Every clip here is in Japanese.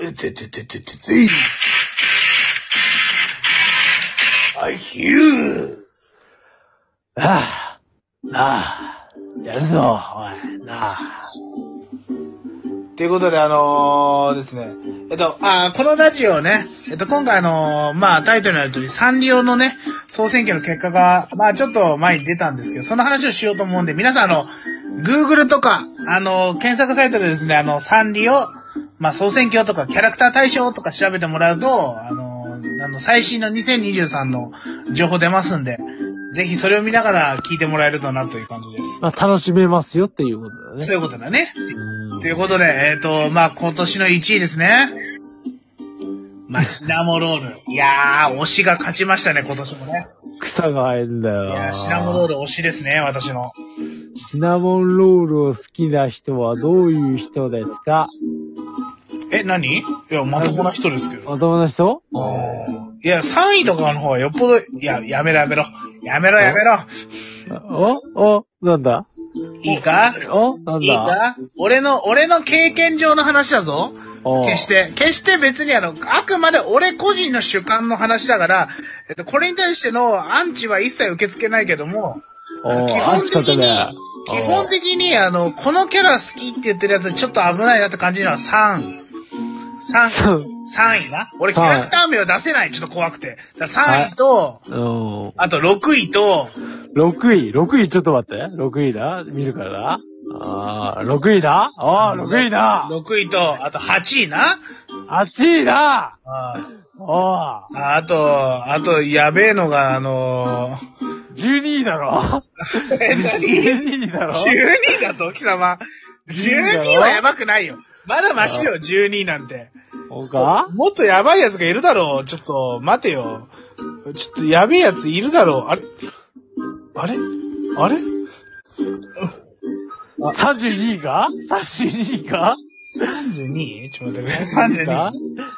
I hear. やるぞ、おい、なあ。 ということで、ですね。このラジオね、今回タイトルにある通り、サンリオのね、総選挙の結果が、ちょっと前に出たんですけど、その話をしようと思うんで、皆さんGoogle とか、検索サイトでですね、サンリオ、総選挙とか、キャラクター大賞とか調べてもらうと、最新の2023の情報出ますんで、ぜひそれを見ながら聞いてもらえるとなという感じです。 楽しめますよっていうことだね。 そういうことだね。ということで、今年の1位ですね。シナモロール。いやー、推しが勝ちましたね、今年もね。 草が生えるんだよ。 いやー、シナモロール推しですね、私の。 シナモンロールを好きな人はどういう人ですか？ 何？いや、まともな人ですけど。 まともな人？ いや、3位とかの方がよっぽど、やめろ。 なんだ？ いいか？ なんだ？ いいか？俺の経験上の話だぞ。決して別にあくまで俺個人の主観の話だから、これに対してのアンチは一切受け付けないけども、基本的にこのキャラ好きって言ってるやつちょっと危ないなって感じるのは3位な。俺キャラクター名を出せない、ちょっと怖くて。3位と、あと6位と、 6位ちょっと待って。6位だ見るからな。6位だ6位だ !6 位と、あと8位な。 8位だあと、やべえのが、 12位だろ12位だろ ?12 位だと、貴様。12位はやばくないよ。まだマシよ、12位なんて。もっとやばいやつがいるだろう。ちょっと、待てよ。ちょっとやべえやついるだろう。あれ ?32 位が ?32 位が ?32? ちょっと待ってくれ。32?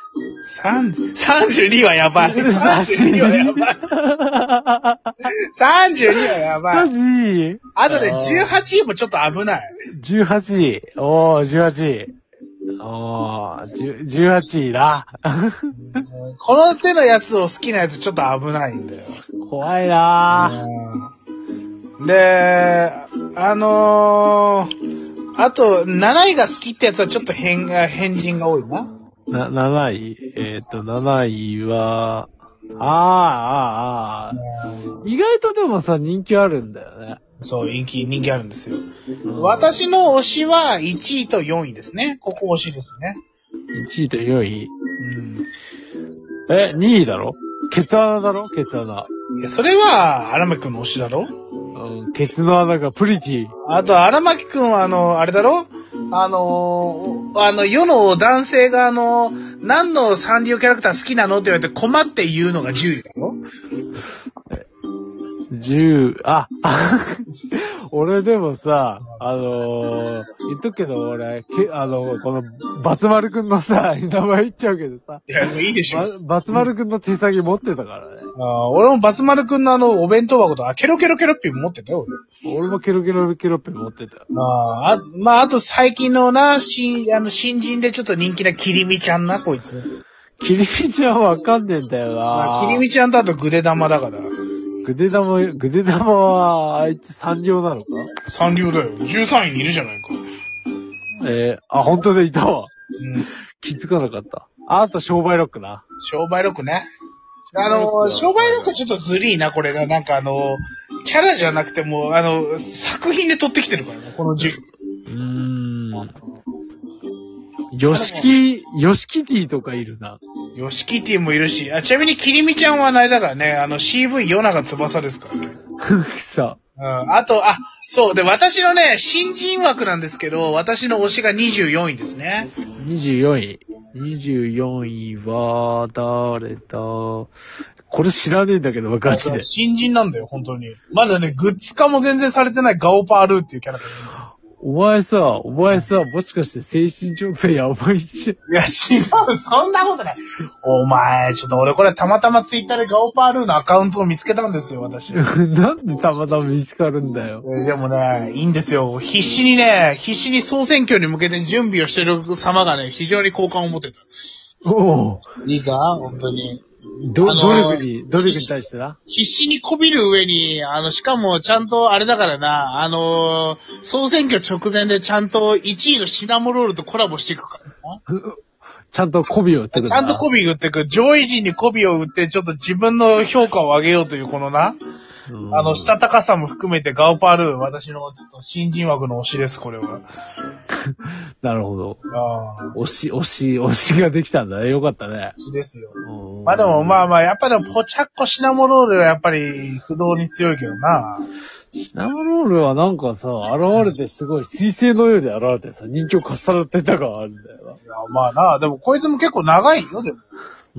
32はやばい。32はやばい。32はやばい。 32位あとね、18位もちょっと危ない。 18位。18位。18位だ。 この手のやつを好きなやつちょっと危ないんだよ。 怖いなぁ。で、あと、7位が好きってやつはちょっと変人が多いな。 7位7位は、意外とでもさ、人気あるんだよね。 そう、人気あるんですよ。私の推しは1位と4位ですね。ここ推しですね。 1位と4位2位だろケツ穴だろケツ穴。 いや、それは、荒牧くんの推しだろケツの穴がプリティ。 あと、荒牧くんはあれだろ世の男性が何のサンリオキャラクター好きなのって言われて困って言うのが10位だろ俺でもさ、言っとくけど俺、この、バツ丸くんのさ、名前言っちゃうけどさ。 いや、もういいでしょ。 バツ丸くんの手先持ってたからね。 俺もバツ丸くんのお弁当箱と、ケロケロケロッピー持ってたよ、 俺もケロケロケロッピー持ってたよ。 あと最近の新人でちょっと人気なキリミちゃんな、こいつ。 キリミちゃんわかんねえんだよな。 キリミちゃんとあとグデ玉だから。 グデ玉は、あいつサンリオなのか？ サンリオだよ。13位にいるじゃないか。 本当でいたわ。気づかなかった。あと、商売ロックな。 商売ロックね。商売ロックちょっとずりーな、これが。なんかキャラじゃなくても、作品で撮ってきてるからね、この10。 ヨシキティとかいるな。 ヨシキティもいるし、ちなみにキリミちゃんはあれだからね、CV 夜長翼ですからね。 さ。 あと、そう。で、私のね、新人枠なんですけど、私の推しが24位ですね。 24位。24位は、誰だ？これ知らねえんだけど、ガチで。 新人なんだよ、本当に。まだね、グッズ化も全然されてないガオパールーっていうキャラクター。 お前さ、もしかして精神状態やばいじゃん。 いや、違う、そんなことない。お前、ちょっと俺これたまたまツイッターでガオパールーのアカウントを見つけたんですよ、私。 なんでたまたま見つかるんだよ。 でもね、いいんですよ。必死に総選挙に向けて準備をしてる様がね、非常に好感を持ってた。 おいいか本当に。 努力に対してな。 必死にこびる上に、しかもちゃんとあれだからな、総選挙直前でちゃんと1位のシナモロールとコラボしていくからな。 ちゃんと媚びを打ってくる。 ちゃんと媚び打ってく。上位陣に媚びを打って、ちょっと自分の評価を上げようというこのな、したたかさも含めてガオパールー、私のちょっと新人枠の推しです、これは。 なるほど。 あ推しができたんだね。よかったね。 推しですよ。まあでも、やっぱでも、ポチャッコシナモロールはやっぱり不動に強いけどな。 シナモロールはなんかさ、現れてすごい彗星のようで現れてさ、人気を重ねてたがあるんだよな。 いや、まあな、でもこいつも結構長いよ、でも。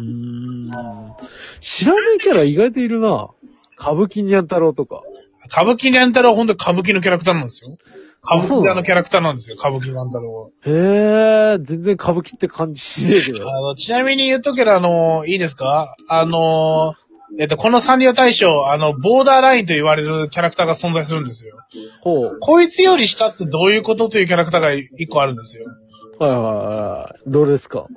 知らないキャラ意外といるな。歌舞伎にゃん太郎とか。 歌舞伎にゃん太郎はほんと歌舞伎のキャラクターなんですよ。歌舞伎のキャラクターなんですよ、歌舞伎にゃん太郎は。 へぇー、全然歌舞伎って感じしねえけど。 ちなみに言っとけばいいですかこのサンリオ大賞、ボーダーラインと言われるキャラクターが存在するんですよ。 ほう。 こいつより下ってどういうことというキャラクターが一個あるんですよ。 はいはいはい。どれですか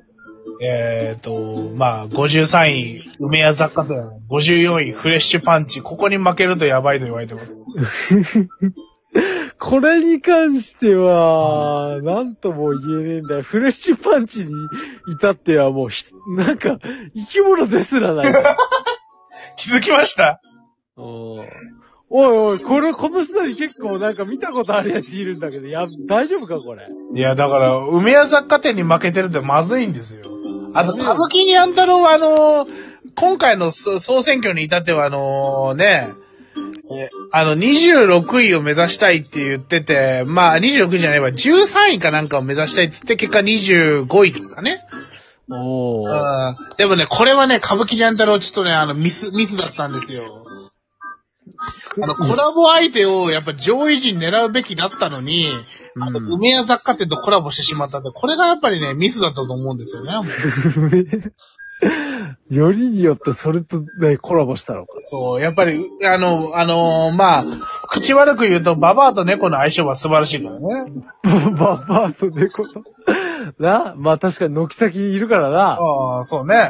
53位、梅屋雑貨店、54位、フレッシュパンチ、ここに負けるとやばいと言われてます。 これに関しては、なんとも言えねえんだよ。フレッシュパンチに至ってはもうなんか、生き物ですらない。 気づきました？ おいおい、この下に結構なんか見たことあるやついるんだけど、大丈夫かこれ。 いや、だから、梅屋雑貨店に負けてるってまずいんですよ。歌舞伎にゃん太郎は今回の総選挙に至っては26位を目指したいって言ってて、26位じゃないわ、13位かなんかを目指したいって言って、結果25位ですかね。でもね、これはね、歌舞伎にゃん太郎ちょっとね、ミスだったんですよ。コラボ相手をやっぱ上位陣狙うべきだったのに、梅屋雑貨店とコラボしてしまったんで、これがやっぱりね、ミスだったと思うんですよね。 よりによってそれとね、コラボしたのか。 そう、やっぱり、口悪く言うと、ババアと猫の相性は素晴らしいからね。 ババアと猫と。確かに軒先にいるからな。 そうね。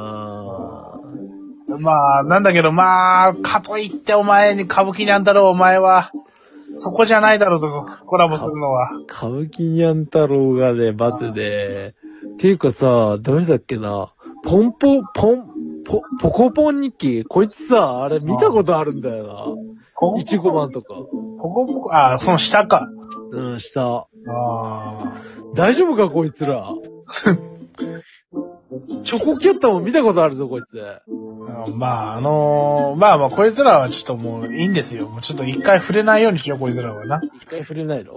なんだけど、かといってお前に歌舞伎にゃん太郎お前は、そこじゃないだろうと、コラボするのは。 歌舞伎にゃん太郎がね、まずね、っていうかさ、どれだっけな、ポコポン日記こいつさ、あれ見たことあるんだよな。いちごマンとか。 ポコポコ、その下か。 下。大丈夫かこいつら。チョコキャットも見たことあるぞ、こいつ。 こいつらはちょっともういいんですよ。もうちょっと一回触れないようにしよう、こいつらはな。 一回触れないの？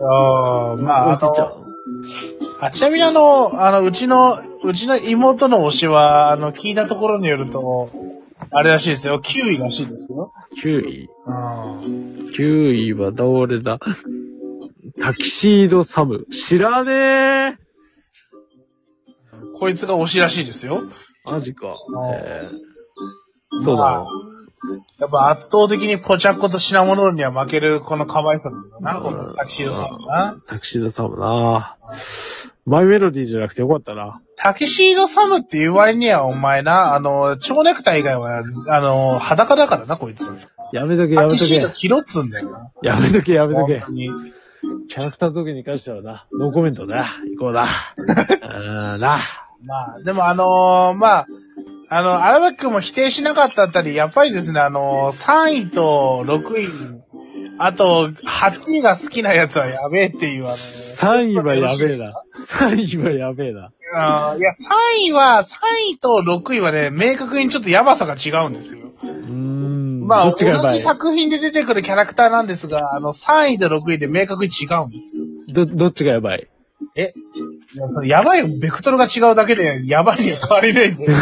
ちなみにうちの妹の推しは、聞いたところによると、あれらしいですよ。9位らしいですよ。 9位？9位はどれだ？タキシードサム。知らねえ。 こいつが推しらしいですよ。 マジか。そうだ。 やっぱ圧倒的にポチャッコとシナモロールには負けるこの可愛さだな、このタキシードサムな。 タキシードサムな。マイメロディーじゃなくてよかったな。 タキシードサムっていう割にはお前な、蝶ネクタイ以外は、裸だからな、こいつ。 やめとけ。 タキシード着ろっつんだよな。 やめとけ。キャラクター造形に関してはな、ノーコメントだ。行こうだ。 でも荒牧くんも否定しなかったあたり、やっぱりですね、3位と6位、あと、8位が好きなやつはやべえっていう 3位はやべえな。 いや、3位と6位はね、明確にちょっとやばさが違うんですよ。 どっちがやばい？ 同じ作品で出てくるキャラクターなんですが、3位と6位で明確に違うんですよ。 どっちがやばい？ いや、そのやばいよ、ベクトルが違うだけで、やばいには変わりないんだよ。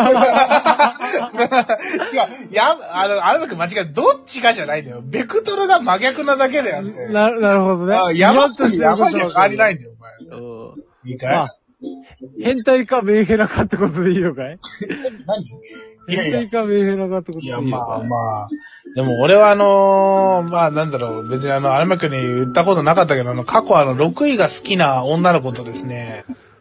違う、あれだけ間違えどっちかじゃないんだよ。ベクトルが真逆なだけであって。 なるほどね。 やばいには変わりないんだよ、お前。いいかい、 変態かメンヘラかってことでいいのかい？ 何？ 変態かメンヘラかってことでいいのかい？ まあ。でも俺はまあなんだろう、別に有馬くんに言ったことなかったけど、過去6位が好きな女の子とですね、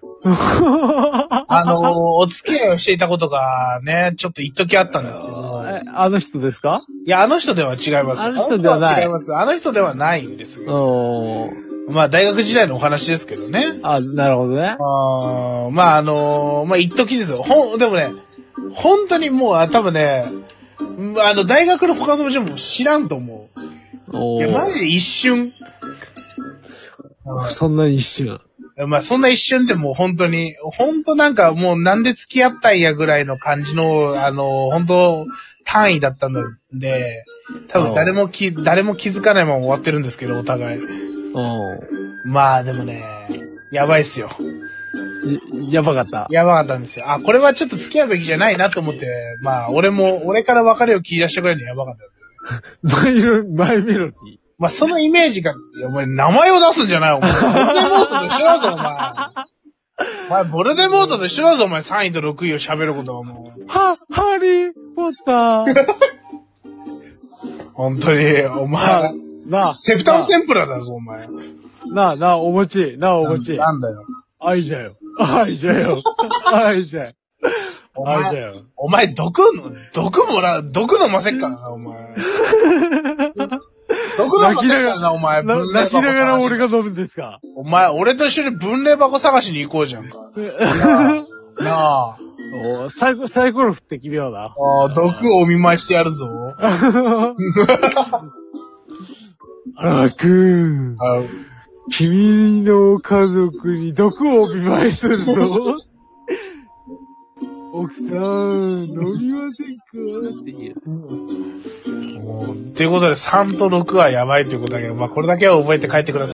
お付き合いをしていたことがね、ちょっと一時あったんですけど。 あの人ですか？ いや、あの人では違います。 あの人ではない。 違います。あの人ではないんですよ。まあ大学時代のお話ですけどね。 なるほどね。 まあ一時ですよ。でもね、本当にもう多分ね、大学の他の友達も知らんと思う。いや、マジで一瞬。 そんな一瞬。 まあ、そんな一瞬でもう本当なんかもうなんで付き合ったんやぐらいの感じの、本当単位だったので、多分誰も気づかないまま終わってるんですけど、お互い。まあ、でもね、やばいっすよ。 やばかった。 やばかったんですよ。これはちょっと付き合うべきじゃないなと思って、まあ、俺から別れを切り出したぐらいにやばかった。 マイメロディー。 まあ、そのイメージが、お前、名前を出すんじゃないお前。ボルデモートと一緒だぞ、お前。お前、ボルデモートと一緒だぞ、お前。3位と6位を喋ることはもう。 ハリー・ポッター。 本当に、お前。セプタム天ぷらだぞ、お前。 お餅。 なんだよ。 愛じゃよ。 お前、毒飲ませっからな、お前。毒飲ませっからな、お前。 泣きながら俺が飲むんですか？ お前、俺と一緒に分霊箱探しに行こうじゃんか。なあ。 サイコロ振って決めような。 毒をお見舞いしてやるぞ。 君の家族に毒をお見舞いするぞ。奥さん、飲みませんかって言う。 ということで、3と6はやばいということだけど、まあ、これだけは覚えて帰ってください。